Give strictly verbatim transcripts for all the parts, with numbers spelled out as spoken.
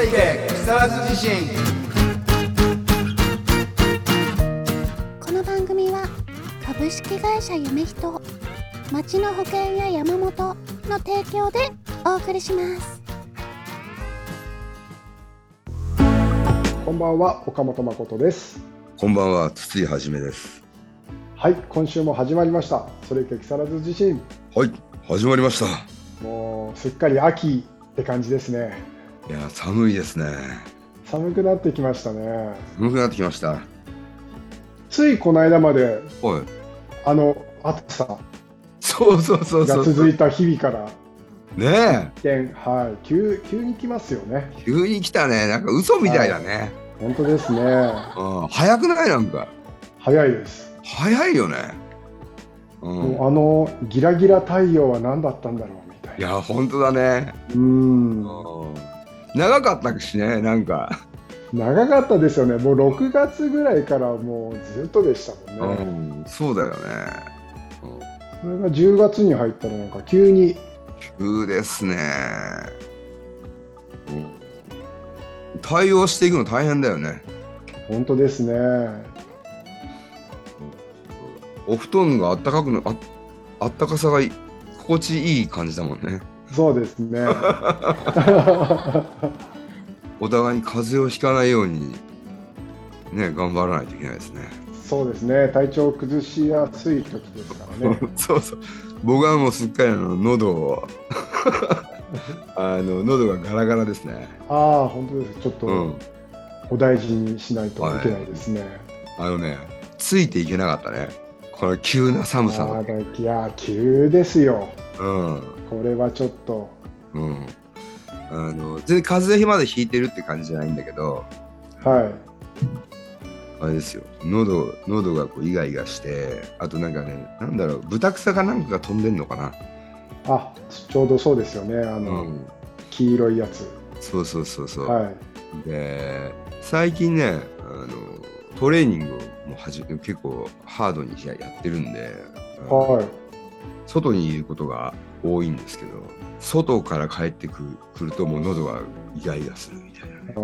家木更津地震。 この番組は株式会社夢人、町の保険や山本の提供でお送りします。 こんばんは、岡本誠です。 こんばんは、筒井はじめです。 はい、今週も始まりました。それいけ木更津地震。 はい、始まりました。 もうすっかり秋って感じですね。 いや、寒いですね。 寒くなってきましたね。 寒くなってきました。 ついこの間までおい、 あの暑さそうそうそうそう。 が続いた日々からね一転、はい、急急に来ますよね。 え、急に来たね。なんか嘘みたいだね。 はい、本当ですね。 うん、早くない？なんか早いです。 早いよね。うん、 もうあのギラギラ太陽は何だったんだろうみたいな。 いや、本当だね。 うーん、 うん、長かったしね、なんか。 長かったですよね。もうろくがつぐらいからもうずっとでしたもんね。 うん、そうだよね。 それがじゅうがつに入ったらなんか急に。 急ですね。うん、対応していくの大変だよね。 本当ですね。 お布団があったかくの、あ、あったかさが心地いい感じだもんね。 そうですね。 お互いに風邪をひかないようにね、頑張らないといけないですね。 そうですね。体調を崩しやすい時ですからね。 そうそう。僕はもうすっかりあの喉をあの喉がガラガラですね。 ああ、本当です。ちょっと、 うん、 お大事にしないといけないですね。 はい、あのね、ついていけなかったね。この急な寒さの。 いや、急ですよ。 うん。 これはちょっと。 うん。あの全然風邪までひいてるって感じじゃないんだけど。 はい。 あれですよ。喉喉がこうイガイガして、あとなんかね、なんだろう、ブタクサかなんかが飛んでんのかな。 あ、ちょうどそうですよね。あの、うん、黄色いやつ。 そうそうそうそう。 はい。 で、最近ね、あのトレーニングもはじ結構ハードにやってるんで、 はい、 外にいることが多いんですけど、外から帰ってく る, くるともう喉がイガイガするみたいなね。あ、うん、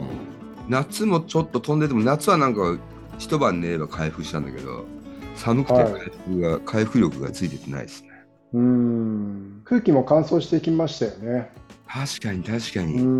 夏もちょっと飛んでても、夏はなんか一晩寝れば回復したんだけど、寒くて回復が、はい、回復力がついててないですね。 うーん、空気も乾燥してきましたよね。 確かに確かに。 うん、うん、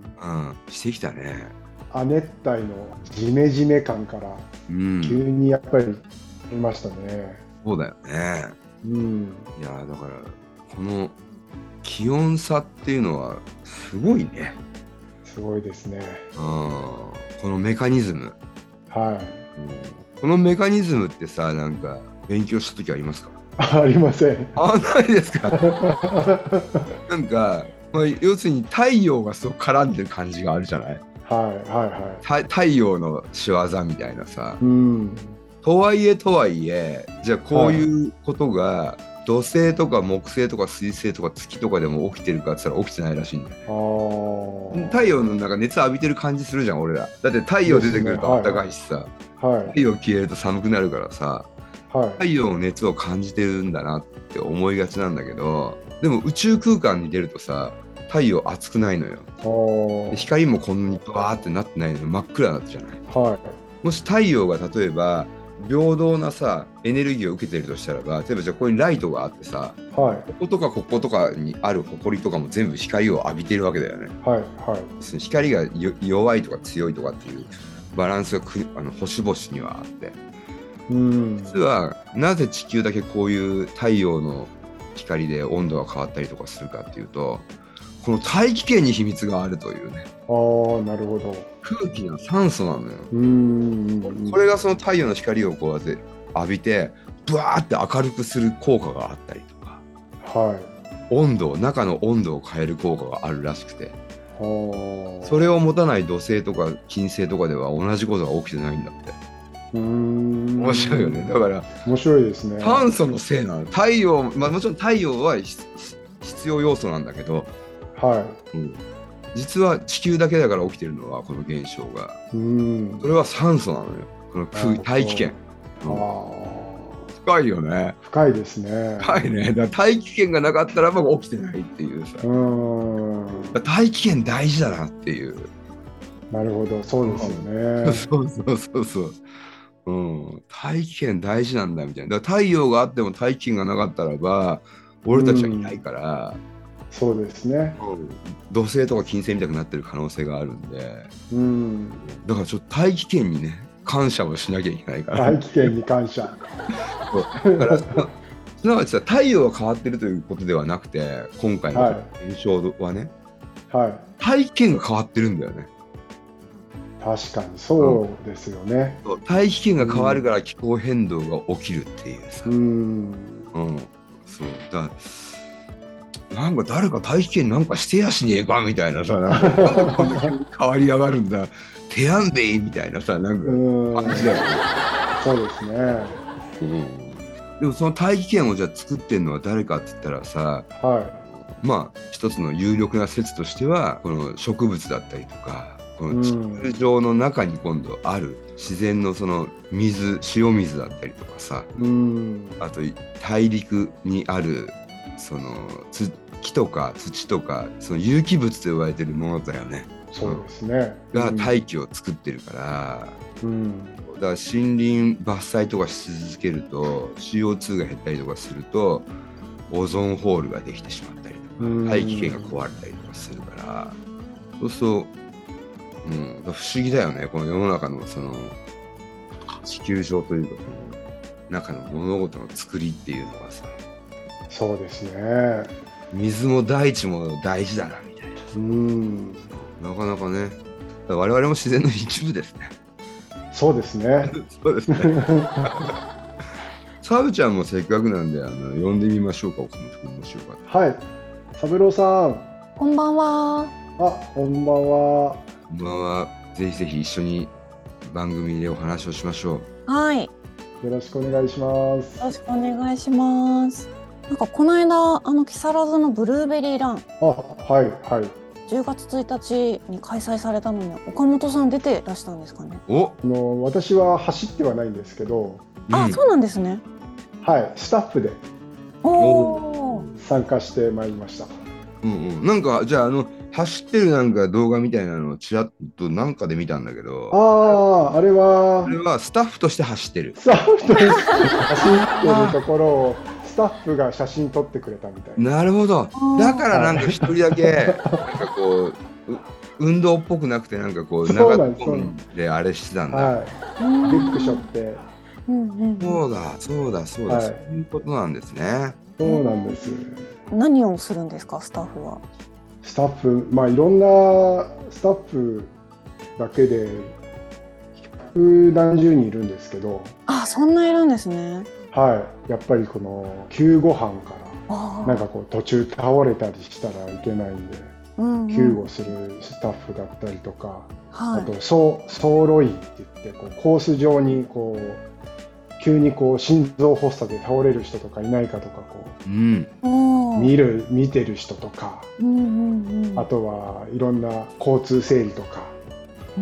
してきたね。 亜熱帯のジメジメ感から急にやっぱりいましたね。 うん、そうだよね。 うん、 いやだからこの気温差っていうのはすごいね。 すごいですね。 あ、このメカニズム。 はい、うん。 このメカニズムってさ、なんか勉強した時ありますか？ ありません。 あ、ないですか？なんか、まあ、要するに太陽がすごく絡んでる感じがあるじゃない？ はいはいはい。 太陽の仕業みたいなさ。 うん、とはいえとはいえ、じゃあこういうことが、はい、土星とか木星とか水星とか月とかでも起きてるかって言ったら起きてないらしいんだよね。太陽のなんか熱浴びてる感じするじゃん、俺ら。だって太陽出てくると暖かいしさ、はい、太陽消えると寒くなるからさ、はい、太陽の熱を感じてるんだなって思いがちなんだけど、でも宇宙空間に出るとさ、太陽熱くないのよ。光もこんなにバーってなってないのよ。真っ暗だったじゃない、はい、もし太陽が例えば平等なさエネルギーを受けてるとしたらば、例えばじゃあここにライトがあってさ、はい、こことかこことかにある埃とかも全部光を浴びてるわけだよね。はいはい、光が弱いとか強いとかっていうバランスがくあの星々にはあって、うん、実はなぜ地球だけこういう太陽の光で温度が変わったりとかするかっていうと、この大気圏に秘密があるというね。 ああ、なるほど。 空気の酸素なのよ。 うーん、 これがその太陽の光をこうやって浴びてブワーって明るくする効果があったりとか、はい、温度中の温度を変える効果があるらしくて、それを持たない土星とか金星とかでは同じことが起きてないんだって。うーん、面白いよね。だから面白いですね。 炭素のせいなの。太陽、まあ、もちろん太陽は必要要素なんだけど、はい、うん、実は地球だけだから起きてるのはこの現象が、うん、それは酸素なのよ。この空大気圏、うん、 深いよね。 深いですね。 深いね。だから大気圏がなかったらば起きてないっていうさ。 うん。 大気圏大事だなっていう。 なるほど、そうですよね。 そうそうそうそう。うん、大気圏大事なんだみたいな。だから太陽があっても大気圏がなかったらば俺たちはいないから、 うん、そうですね、 うん、土星とか金星みたいになってる可能性があるんで、 うん、 だからちょっと大気圏にね感謝をしなきゃいけないから。 大気圏に感謝。 そうだからすなわちさ太陽が変わってるということではなくて今回の現象はね、 はい、 大気圏が変わってるんだよね。 確かにそうですよね。 うん、大気圏が変わるから気候変動が起きるっていうさ。うん、うん、そうだ。なんか誰か大気圏なんかしてやしねえかみたいなさ、なんかこんな変わりやがるんだ。手やんでいいみたいなさ、なんか感じだよね。 そうですね。 うん。でもその大気圏をじゃあ作ってんのは誰かって言ったらさ、はい、まあ一つの有力な説としてはこの植物だったりとか。この地球上の中に今度ある自然のその水塩水だったりとかさ、うん、あと大陸にあるその木とか土とかその有機物と呼ばれてるものだよね。 そうですね。 が大気を作ってるから、うん、だから森林伐採とかし続けると シーオーツー が減ったりとかするとオゾンホールができてしまったりとか、うん、大気圏が壊れたりとかするから、そうするとうん、不思議だよね、この世の中のその地球上というかこの中の物事の作りっていうのはさ。 そうですね。 水も大地も大事だなみたいな。うん。なかなかね、我々も自然の一部ですね。 そうですね。 そうですね。サブちゃんもせっかくなんであの呼んでみましょうか、岡本君もしようか。 はい。三郎さん。 こんばんは。 あ、こんばんは。 こんばんは。ぜひぜひ一緒に番組でお話をしましょう。はい。よろしくお願いします。 よろしくお願いします。なんかこの間あの木更津のブルーベリーラン。 あ、はいはい。 じゅうがつついたちに開催されたのに岡本さん出てらしたんですかね。 お、あの私は走ってはないんですけど。 あ、うん、そうなんですね。 はい、スタッフで参加してまいりました。 うんうん、なんかじゃああの走ってるなんか動画みたいなのをちらっとなんかで見たんだけど、 ああ、あれはあれはスタッフとして走ってる。 スタッフとして走ってるところをスタッフが写真撮ってくれたみたいな。 なるほど。だからなんか一人だけなんかこう運動っぽくなくてなんかこう長友であれしてたんだ。 はい。リュック背負って。 そうだそうだそうだ、はい、そういうことなんですね。 そうなんです。 何をするんですか、スタッフは。 スタッフ、まあいろんなスタッフだけで百何十人いるんですけど。 あ、そんないるんですね。 はい、やっぱりこの救護班からなんかこう途中倒れたりしたらいけないんで、うんうん、救護するスタッフだったりとか、はい、あと走路員って言ってこうコース上にこう急にこう心臓発作で倒れる人とかいないかとかこう、うん、見る見てる人とか、うんうんうん、あとはいろんな交通整理とか、うん、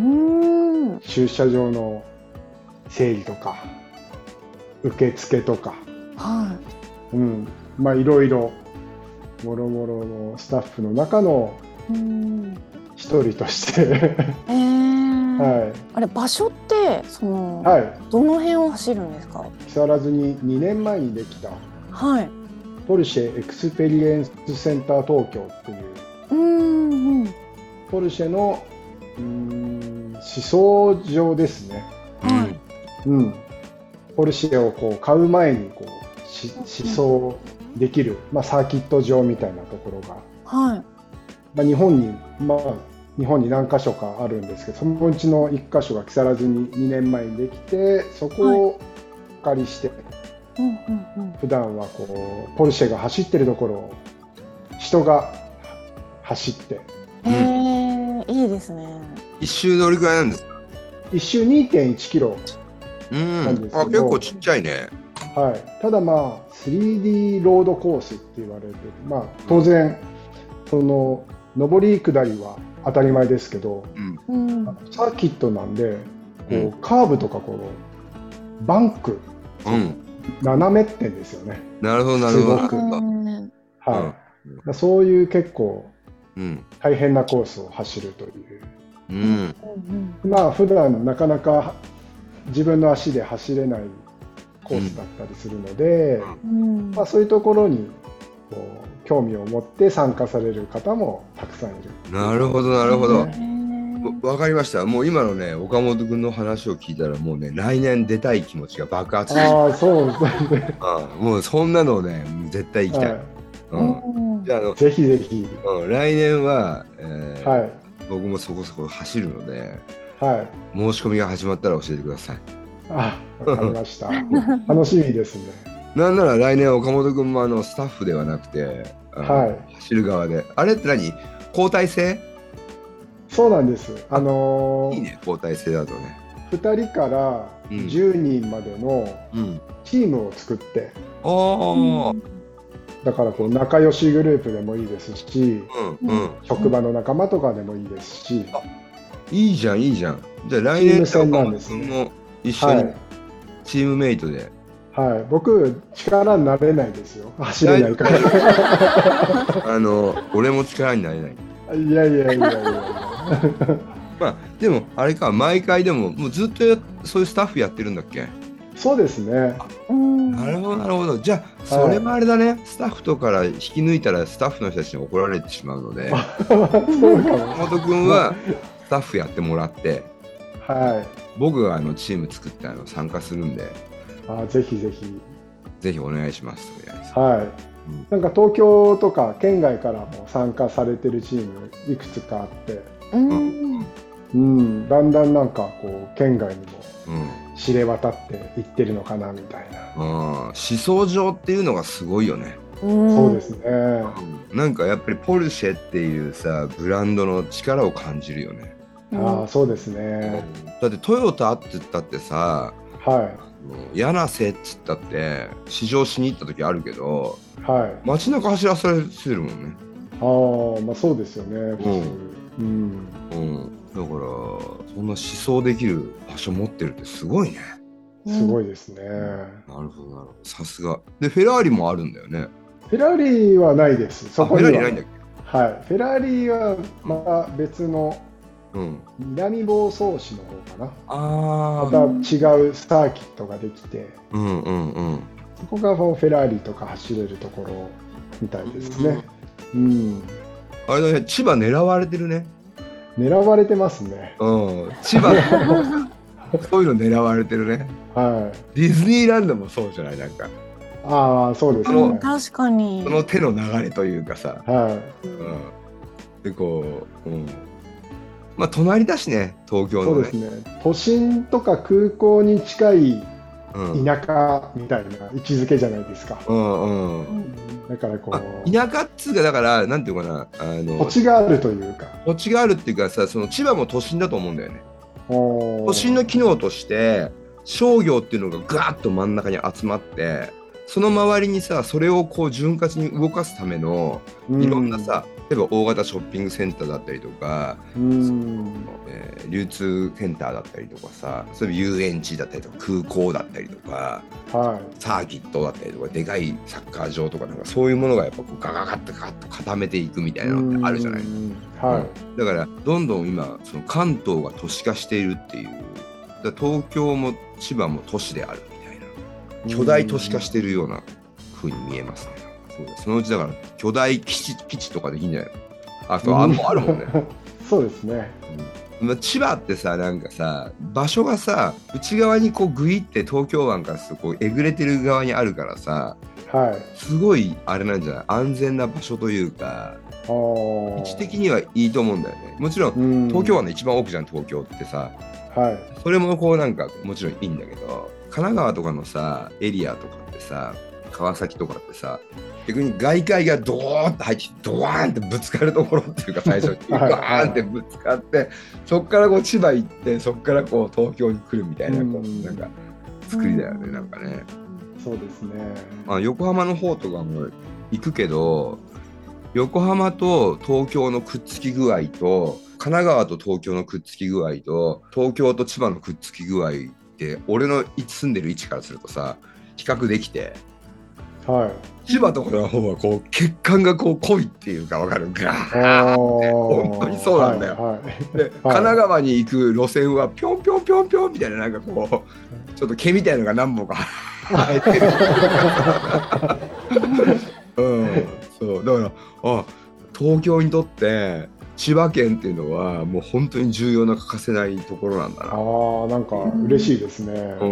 駐車場の整理とか受付とか、はい、うん、まあいろいろもろもろのスタッフの中の一人としてえーはい、あれ場所ってその、はい、どの辺を走るんですか？ 木更津ににねんまえにできた、はい、ポルシェエクスペリエンスセンター東京っていう、うんうん、ポルシェのうーん思想場ですね、はい、うん、ポルシェをこう買う前にこう思想できる、まあ、サーキット場みたいなところが、はい、まあ、日本にまあ日本に何か所かあるんですけど、そのうちのいっかしょが木更津ににねんまえにできて、そこをお借りして、はい、うんうんうん、普段はこうポルシェが走ってるところを人が走って、 へー、いいですね。 一周どれくらいなんですか？ 一周 にてんいちキロなんですけど、 うん、あ、結構ちっちゃいね。 はい、ただまあ スリーディー ロードコースって言われて、まあ、当然その上り下りは当たり前ですけど、うん、サーキットなんでこうカーブとかこうバンク斜めってんですよね。 なるほどなるほど。 すごくはい、うん、そういう結構大変なコースを走るという、うん、まあ普段なかなか自分の足で走れないコースだったりするので、うん、まあ、そういうところにこう興味を持って参加される方もたくさんいる。 なるほどなるほど。わかりました。もう今のね岡本君の話を聞いたらもうね来年出たい気持ちが爆発して。 ああそうですね。 あもうそんなのね絶対行きたい。はい、 うん、じゃああのぜひぜひ、 うん、来年は、えーはい、僕もそこそこ走るので、はい、申し込みが始まったら教えてください。 あ、わかりました。楽しみですね。 なんなら来年岡本君もあのスタッフではなくて、はい、走る側で、あれって何？交代制？ そうなんです。あのー、 いいね、交代制だとね。 ふたりからじゅうにんまでのチームを作って、うんうん、だからこう仲良しグループでもいいですし、うんうん、職場の仲間とかでもいいですし、 いいじゃんいいじゃん。じゃあ来年岡本君も一緒にチームメイトで。 はい、はい、僕力になれないですよ。走れないから。 あの俺も力になれない。 いやいやいやいやいや。 まあでもあれか毎回でももうずっとそういうスタッフやってるんだっけ？ そうですね。 なるほどなるほど。じゃあそれもあれだね、はい、スタッフとから引き抜いたらスタッフの人たちに怒られてしまうので岡本君はスタッフやってもらって、はい、僕があのチーム作ってあの参加するんで、 あぜひぜひぜひお願いします。 はい、うん、なんか東京とか県外からも参加されてるチームいくつかあって、うんうん、だんだんなんかこう県外にも知れ渡っていってるのかなみたいな、うん、 思想上っていうのがすごいよね。 そうですね、 うん、なんかやっぱりポルシェっていうさブランドの力を感じるよね。 ああそうですね、 うん、だってトヨタって言ったってさ、はい、柳瀬っつったって試乗しに行った時あるけど、はい、街中走らされてるもんね。 ああまあそうですよね、普通、 うんうん、だからそんな思想できる場所持ってるってすごいね。 すごいですね、うん、 なるほどなるほど。さすがでフェラーリもあるんだよね。 フェラーリはないです。そこにはフェラーリないんだっけ？はい、フェラーリはまた別の、うん、南房総市の方かな。あまた違うサーキットができて、うんうんうん、そこがフェラーリとか走れるところみたいですね、うんうん、 あれだね、千葉狙われてるね。 狙われてますね、 うん、千葉そういうの狙われてるね、はい、ディズニーランドもそうじゃない？なんかああそうですね、 確かにその手の流れというかさ、はい、うん、でこう、うん、まあ隣だしね東京のね。 そうですね、都心とか空港に近い田舎みたいな位置づけじゃないですか、うんうん、だからこう田舎っつうかだからなんていうかな、あの土地があるというか土地があるっていうかさ、その千葉も都心だと思うんだよね。都心の機能として商業っていうのがガーッと真ん中に集まって、その周りにさそれをこう潤滑に動かすためのいろんなさ、例えば大型ショッピングセンターだったりとか、うんえー、流通センターだったりとかさ、そういう遊園地だったりとか空港だったりとか、はい、サーキットだったりとかでかいサッカー場とかなんかそういうものがやっぱこうガガガッとガッと固めていくみたいなのってあるじゃない、はい、だからどんどん今その関東が都市化しているっていう、だ東京も千葉も都市であるみたいな巨大都市化しているような風に見えますね。そうそのうちだから巨大基地基地とかできんじゃないの？あとあんもあるもんね。 そうですね、 うん、千葉ってさなんかさ場所がさ内側にこうグイって東京湾からするとこうえぐれてる側にあるからさ、はい、すごいあれなんじゃない？安全な場所というか位置的にはいいと思うんだよね。もちろん東京湾の一番奥じゃん東京ってさ、はい、それもこうなんかもちろんいいんだけど、神奈川とかのさエリアとかってさ川崎とかってさ逆に外界がドーッと入ってドワーンってぶつかるところっていうか最初にドワーンってぶつかってそっからこう千葉行ってそっからこう東京に来るみたいなこうなんか作りだよね、なんかね。 そうですね。 まあ横浜の方とかも行くけど横浜と東京のくっつき具合と神奈川と東京のくっつき具合と東京と千葉のくっつき具合って俺の住んでる位置からするとさ比較できて、 はい、 千葉とかの方はこう血管がこう濃いっていうか分かるか本当にそうなんだよ、はいはい、で、はい、神奈川に行く路線はぴょんぴょんぴょんぴょんみたいな、なんかこうちょっと毛みたいなのが何本か生えてるうん、そうだからあ東京にとって千葉県っていうのはもう本当に重要な欠かせないところなんだな。 あ、なんか嬉しいですね、 うん、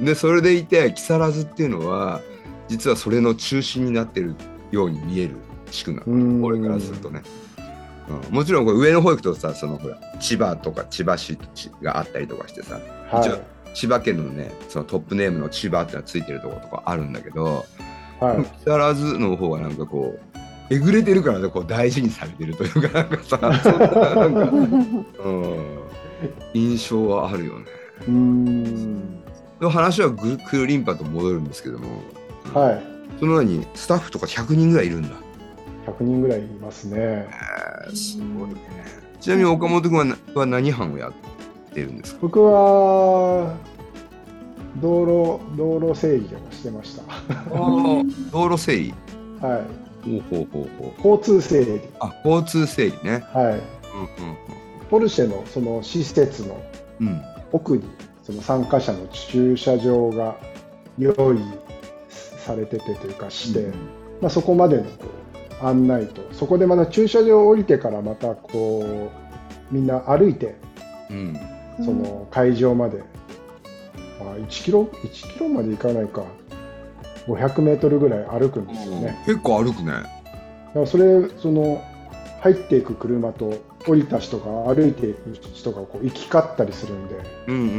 でそれでいて木更津っていうのは実はそれの中心になってるように見える地区なの、俺からするとね、うん、もちろんこれ上の方行くとさ、そのほら千葉とか千葉市があったりとかしてさ、はい、一応千葉県のねそのトップネームの千葉ってのがついてるところとかあるんだけど、はい、木更津の方はなんかこうえぐれてるからね、こう大事にされてるというか、なんかさそんななんか、うん、印象はあるよね。うーんの話はぐくるりんぱと戻るんですけども、はい、その前にスタッフとかひゃくにんぐらいいるんだ。 ひゃくにんぐらいいますね、えー、すごいね。ちなみに岡本君は、は何班をやってるんですか？ 僕は道路道路整理をしてました。 道路整理、 はい、 ほうほうほうほう、交通整理。 あ、交通整理ね。はい。うんうんうん、 ポルシェのその施設の奥にその参加者の駐車場が用意されててというかして、うん、まあ、そこまでのこう案内と、そこでまた駐車場を降りてからまたこうみんな歩いて、うん、その会場まで、まあ、いちキロいちキロまで行かないかごひゃくメートルぐらい歩くんですよね。 結構歩くね。 だからそれその入っていく車と降りた人が歩いていく人がこう行き交ったりするんで、うんうんうん、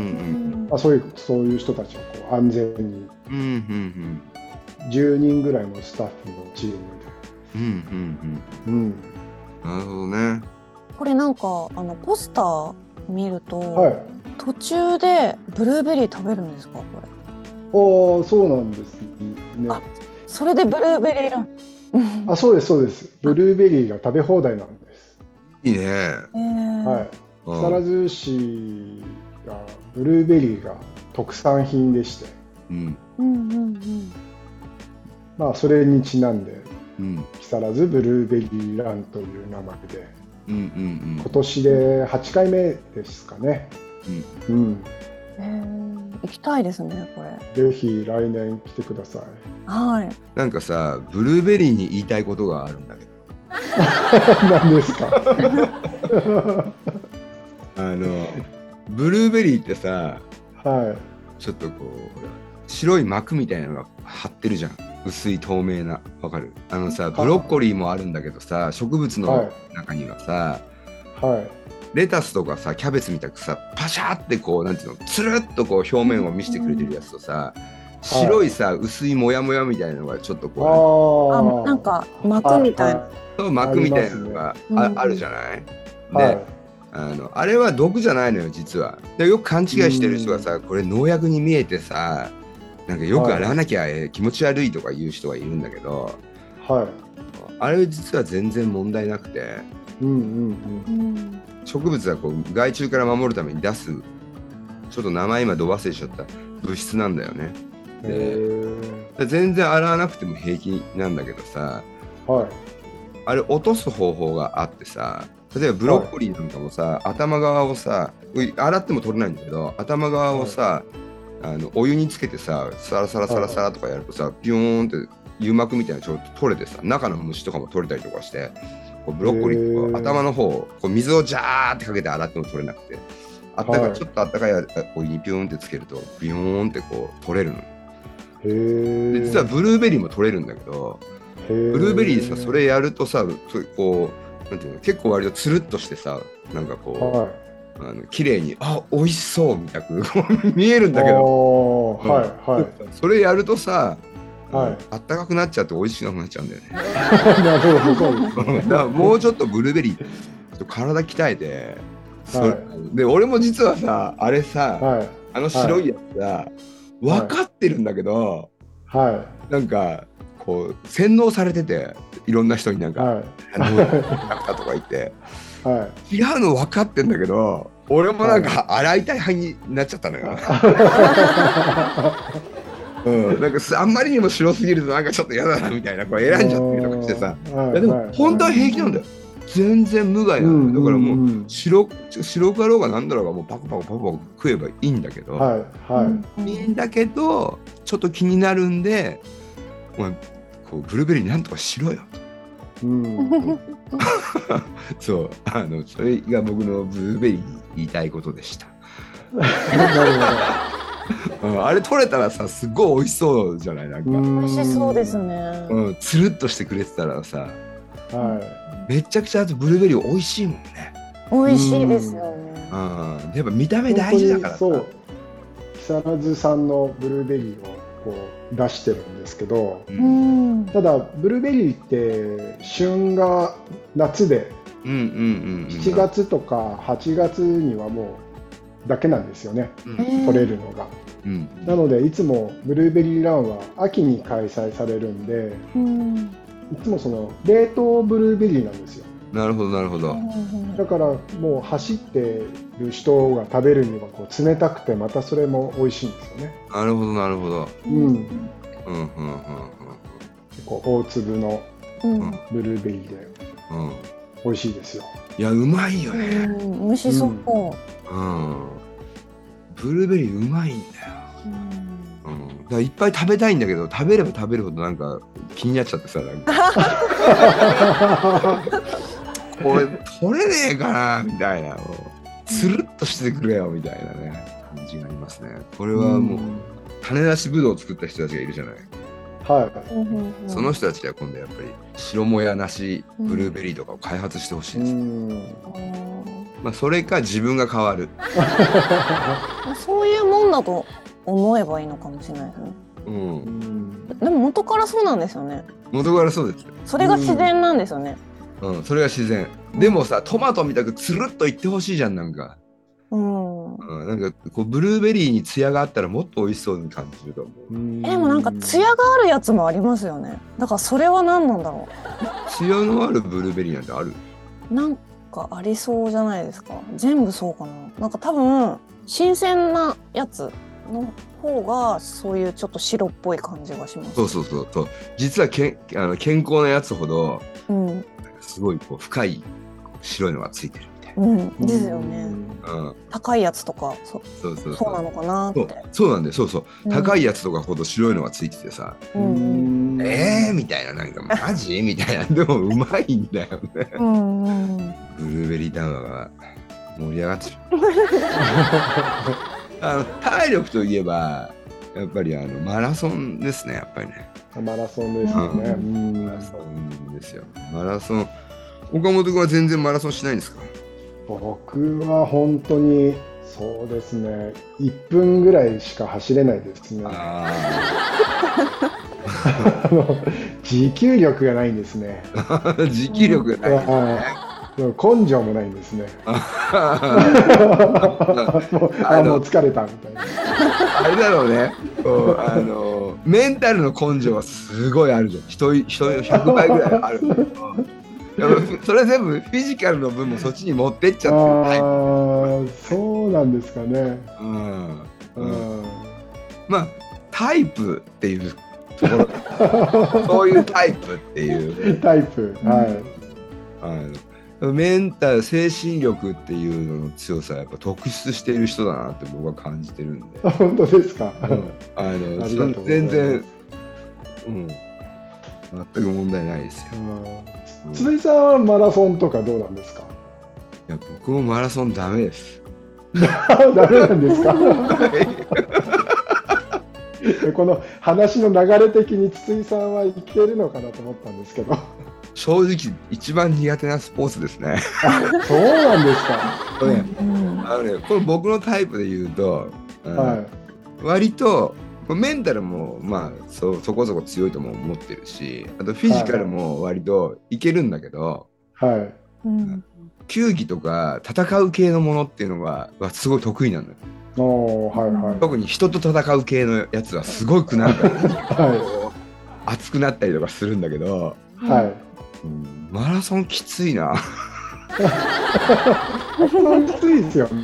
まあ、そういうそういう人たちをこう安全に、うんうんうん、じゅうにんぐらいのスタッフのチームで、うんうんうんうん、 なるほどね。 これなんかあのポスター見ると、はい、途中でブルーベリー食べるんですかこれ？ ああ、そうなんですね。 あ、それでブルーベリーランあ、そうですそうです。ブルーベリーが食べ放題なんです。 いいね。 はい。木更津市がブルーベリーが特産品でして、うんうんうんうん、まあそれにちなんで、うん、木更津ブルーベリーランという名前で、うんうんうん、今年ではちかいめですかね。うんうん、 えー、行きたいですねこれ。ぜひ来年来てください。 はい。 なんかさ、ブルーベリーに言いたいことがあるんだけど。 何ですか？ あのブルーベリーってさ、はい、ちょっとこうほら白い膜みたいなのが張ってるじゃん。薄い透明な、わかる？あのさ、ブロッコリーもあるんだけどさ、植物の中にはさ、はい、レタスとかさ、キャベツみたくさ、パシャーってこうなんていうの、つるっとこう表面を見せてくれてるやつとさ、白いさ、はい、薄いモヤモヤみたいなのがちょっとこう、あ、なんか膜みたいな、 そう膜みたいなのが あ,、ね、あ, あるじゃない？で、はい、あのあれは毒じゃないのよ実は。でよく勘違いしてる人がさ、これ農薬に見えてさ、なんかよく洗わなきゃ気持ち悪いとか言う人がいるんだけど、はい、あれ実は全然問題なくて、うんうんうん、植物はこう害虫から守るために出す、ちょっと名前今ど忘れちゃった物質なんだよね。で全然洗わなくても平気なんだけどさ、はい、あれ落とす方法があってさ、例えばブロッコリーなんかもさ、はい、頭側をさ、洗っても取れないんだけど、頭側をさ、はい、あのお湯につけてさ、サラサラサラサラとかやるとさ、ビヨーンって油膜みたいなのちょっと取れてさ、中の虫とかも取れたりとかして、こうブロッコリーとか頭の方をこう水をジャーってかけて洗っても取れなくて、あったかい、はい、ちょっとあったかいお湯にビヨーンってつけるとビヨーンってこう取れるの。へで実はブルーベリーも取れるんだけど、ブルーベリーさ、それやるとさ、こうなんていうの、結構割とつるっとしてさ、なんかこう、はい、あの綺麗にあ美味しそうみたく見えるんだけど、はいはい、それやるとさ、はい、あったかくなっちゃって美味しくなくなっちゃうんだよね。なるほど、そうですね。だからもうちょっとブルーベリー体鍛えて、はい、で俺も実はさあれさ、はい、あの白いやつさ、はい、分かってるんだけど、はい、なんかこう洗脳されてて、いろんな人になんか、はい、あのなったとか言って、はい、違うの分かってんだけど、俺もなんか洗いたい派になっちゃったのよ。 うん、なんかあんまりにも白すぎるとなんかちょっと嫌だなみたいなこれ選んじゃったりとかしてさ、いやでも本当は平気なんだよ。全然無害なの、うん、だからもう白白かろうがなんだろうがもうパクパクパクパク食えばいいんだけど、 はいはい、 いいんだけどちょっと気になるんで、お前こうブルーベリーなんとかしろよと、うん、そうあのそれが僕のブルーベリーに言いたいことでした。なるほど、うん、あれ取れたらさすごい美味しそうじゃない、なんか美味しそうですね、 うん、つるっとしてくれてたらさ、 はい、 めちゃくちゃあとブルーベリー美味しいもんね。 美味しいですよね。 うん、やっぱ見た目大事だからさ。 そう木更津産のブルーベリーをこう出してるんですけど、うん、ただブルーベリーって旬が夏でしちがつとかはちがつにはもうだけなんですよね、うん、取れるのが、うん、なのでいつもブルーベリーランは秋に開催されるんで、うん、いつもその冷凍ブルーベリーなんですよ。 なるほどなるほど。 だからもう走ってる人が食べるにはこう冷たくてまたそれも美味しいんですよね。 なるほどなるほど。うん。うんうんうんうん。 結構大粒のブルーベリーで美味しいですよ。 いやうまいよね。 うん、美味しそう。 うん。うん、ブルーベリーうまいんだよ。うん。うん、だからいっぱい食べたいんだけど食べれば食べるほどなんか気になっちゃってさ、なんか。これ取れねえかなみたいな、つるっとしてくれよみたいなね感じがありますね。これはもう種なしぶどうを作った人たちがいるじゃない。 はい。 その人たちは今度やっぱり白もやなしブルーベリーとかを開発してほしいです。うん、まあそれか自分が変わる。 そういうもんだと思えばいいのかもしれないですね。うん。でも元からそうなんですよね。 元からそうです。 それが自然なんですよね。 うん、それが自然。でもさ、トマトみたくつるっといってほしいじゃん、なんか。うん。うん、なんかこうブルーベリーにツヤがあったらもっと美味しそうに感じると思う。 えでもなんかツヤがあるやつもありますよね。だからそれは何なんだろう。ツヤのあるブルーベリーなんてある？ なんかありそうじゃないですか。全部そうかな。なんか多分新鮮なやつの方がそういうちょっと白っぽい感じがします。 そうそうそうそう。実はけあの健康なやつほど、うん、すごいこう深い白いのがついてるみたいな。 うん、ですよね。うん、高いやつとか そ, そうそうそうそうなのかなって。 そう、そうなんだよ。そうそう、うん。高いやつとかほど白いのがついててさ、うん、えーみたいな、なんかマジみたいな。でもうまいんだよね。うんうん、ブルーベリーダウンが盛り上がってる。あの体力といえばやっぱりあのマラソンですね、やっぱりね。 マラソンですよね。うん、 マラソンですよ。マラソン。岡本君は全然マラソンしないんですか？ 僕は本当にそうですね。いっぷんぐらいしか走れないですね。ああの持久力がないんですね。 持久力がないんですね。 根性もないんですね。もうあもう疲れたみたいな。 あれだろうね。こうあのメンタルの根性はすごいあるじゃん。人人のひゃくばいぐらいあるんだけど。それ全部フィジカルの分もそっちに持ってっちゃってる。ああ、そうなんですかね。うん。 うん。まあタイプっていうところ。そういうタイプっていう。 タイプ。はい。 あのメンタル精神力っていうのの強さはやっぱ特出している人だなって僕は感じてるんで。 本当ですか。 うん、あの全然、うん、全く問題ないですよ。 辻井さんはマラソンとかどうなんですか？ いや僕もマラソンダメです。 ダメなんですか？この話の流れ的に筒井さんはいけるのかなと思ったんですけど。 正直一番苦手なスポーツですね。 あ、そうなんですか。 ね、あのね、これ僕のタイプで言うと、はい、割とメンタルもまあ そ, そこそこ強いとも思ってるし、あとフィジカルも割といけるんだけど、はい、うん、球技とか戦う系のものっていうのがすごい得意なんだよ。おー、はいはい、特に人と戦う系のやつはすごくなんか、はい、熱くなったりとかするんだけど、はい、うん、マラソンきついな。 きついですよね。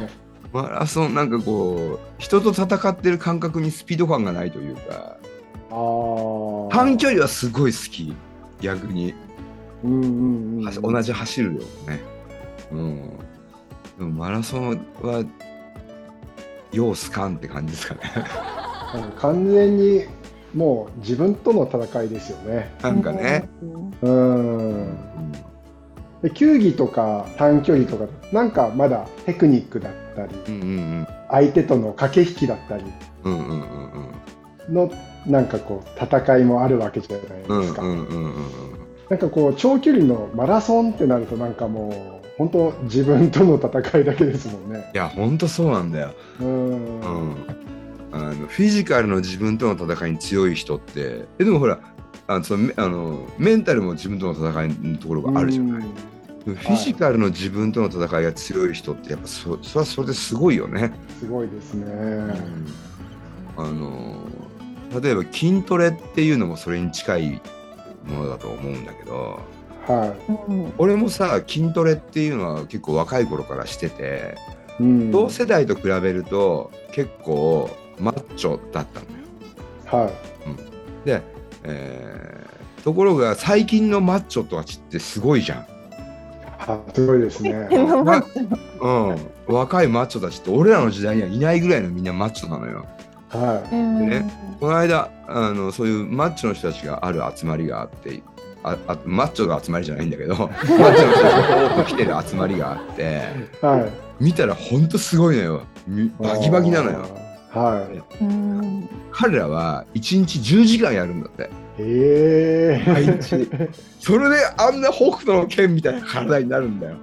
マラソンなんかこう人と戦ってる感覚にスピード感がないというか、 あー短距離はすごい好き逆に、 うんうんうん、 は同じ走るよね、うん、でもマラソンは要すかんって感じですかねあの完全にもう自分との戦いですよね。 なんかね、 うんうんで球技とか短距離とかなんかまだテクニックだったり、 うんうん相手との駆け引きだったりうんうんうんうんのなんかこう戦いもあるわけじゃないですか。 うんうんうんうんなんかこう長距離のマラソンってなるとなんかもう本当自分との戦いだけですもんね。 いやほんとそうなんだよ、 うんうん、あのフィジカルの自分との戦いに強い人ってえでもほらあのそのあのメンタルも自分との戦いのところがあるじゃない、フィジカルの自分との戦いが強い人ってやっぱ そ, それはそれですごいよね。 すごいですね。 あの例えば筋トレっていうのもそれに近いものだと思うんだけど、 は俺もさ筋トレっていうのは結構若い頃からしてて、 い。うん、 同世代と比べると結構マッチョだったのよ。 はい。 で、えーところが最近のマッチョとはちってすごいじゃん。 あすごいですね。 わうん、若いマッチョたちって俺らの時代にはいないぐらいのみんなマッチョなのよ。 はでね、この間あのそういうマッチョの人たちがある集まりがあって、ああマッチョの集まりじゃないんだけどマッチョの人たちが多く来てる集まりがあってい。はい。 見たらほんとすごいのよ。みバキバキなのよ。 はい。 うん彼らはいちにちじゅうじかんやるんだって。 ええ毎日それであんな北斗の拳みたいな体になるんだよ。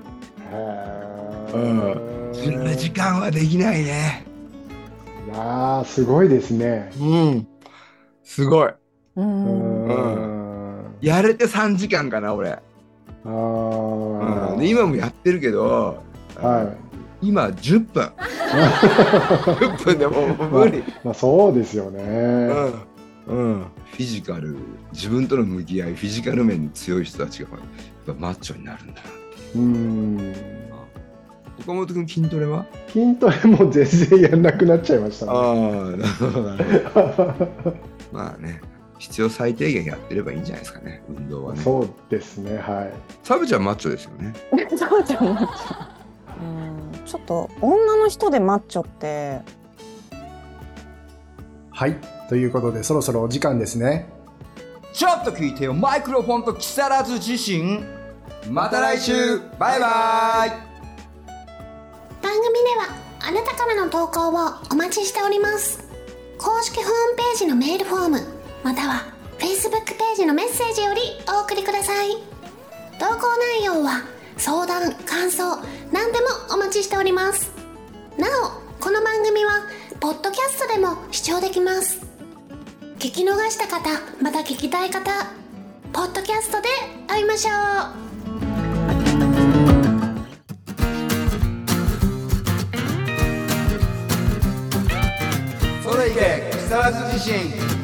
ー。 じゅうじかんはできないね。 いやーすごいですね。 うんすごい。 ううんんん。 やれてさんじかんかな俺。 あうーん、で今もやってるけど、 は今じゅっぷんじゅっぷんでもう無理、 い。まあそうですよね。 うんうん、フィジカル自分との向き合いフィジカル面に強い人たちがやっぱマッチョになるんだな。 うん。 岡本君筋トレは？ 筋トレも全然やんなくなっちゃいましたね。 ああなるほどなるほどまあね必要最低限やってればいいんじゃないですかね運動はね。 そうですね。はい。 サブちゃんマッチョですよね。 そうじゃんマッチョうんちょっと女の人でマッチョってはい。ということで、そろそろお時間ですね。 ちょっと聞いてよマイクロフォンと木更津自身また来週バイバイ。 番組ではあなたからの投稿をお待ちしております。公式ホームページのメールフォームまたは Facebook ページのメッセージよりお送りください。投稿内容は相談、感想何でもお待ちしております。なおこの番組はポッドキャストでも視聴できます。聞き逃した方また聞きたい方ポッドキャストで会いましょう。 それいけ木更津自身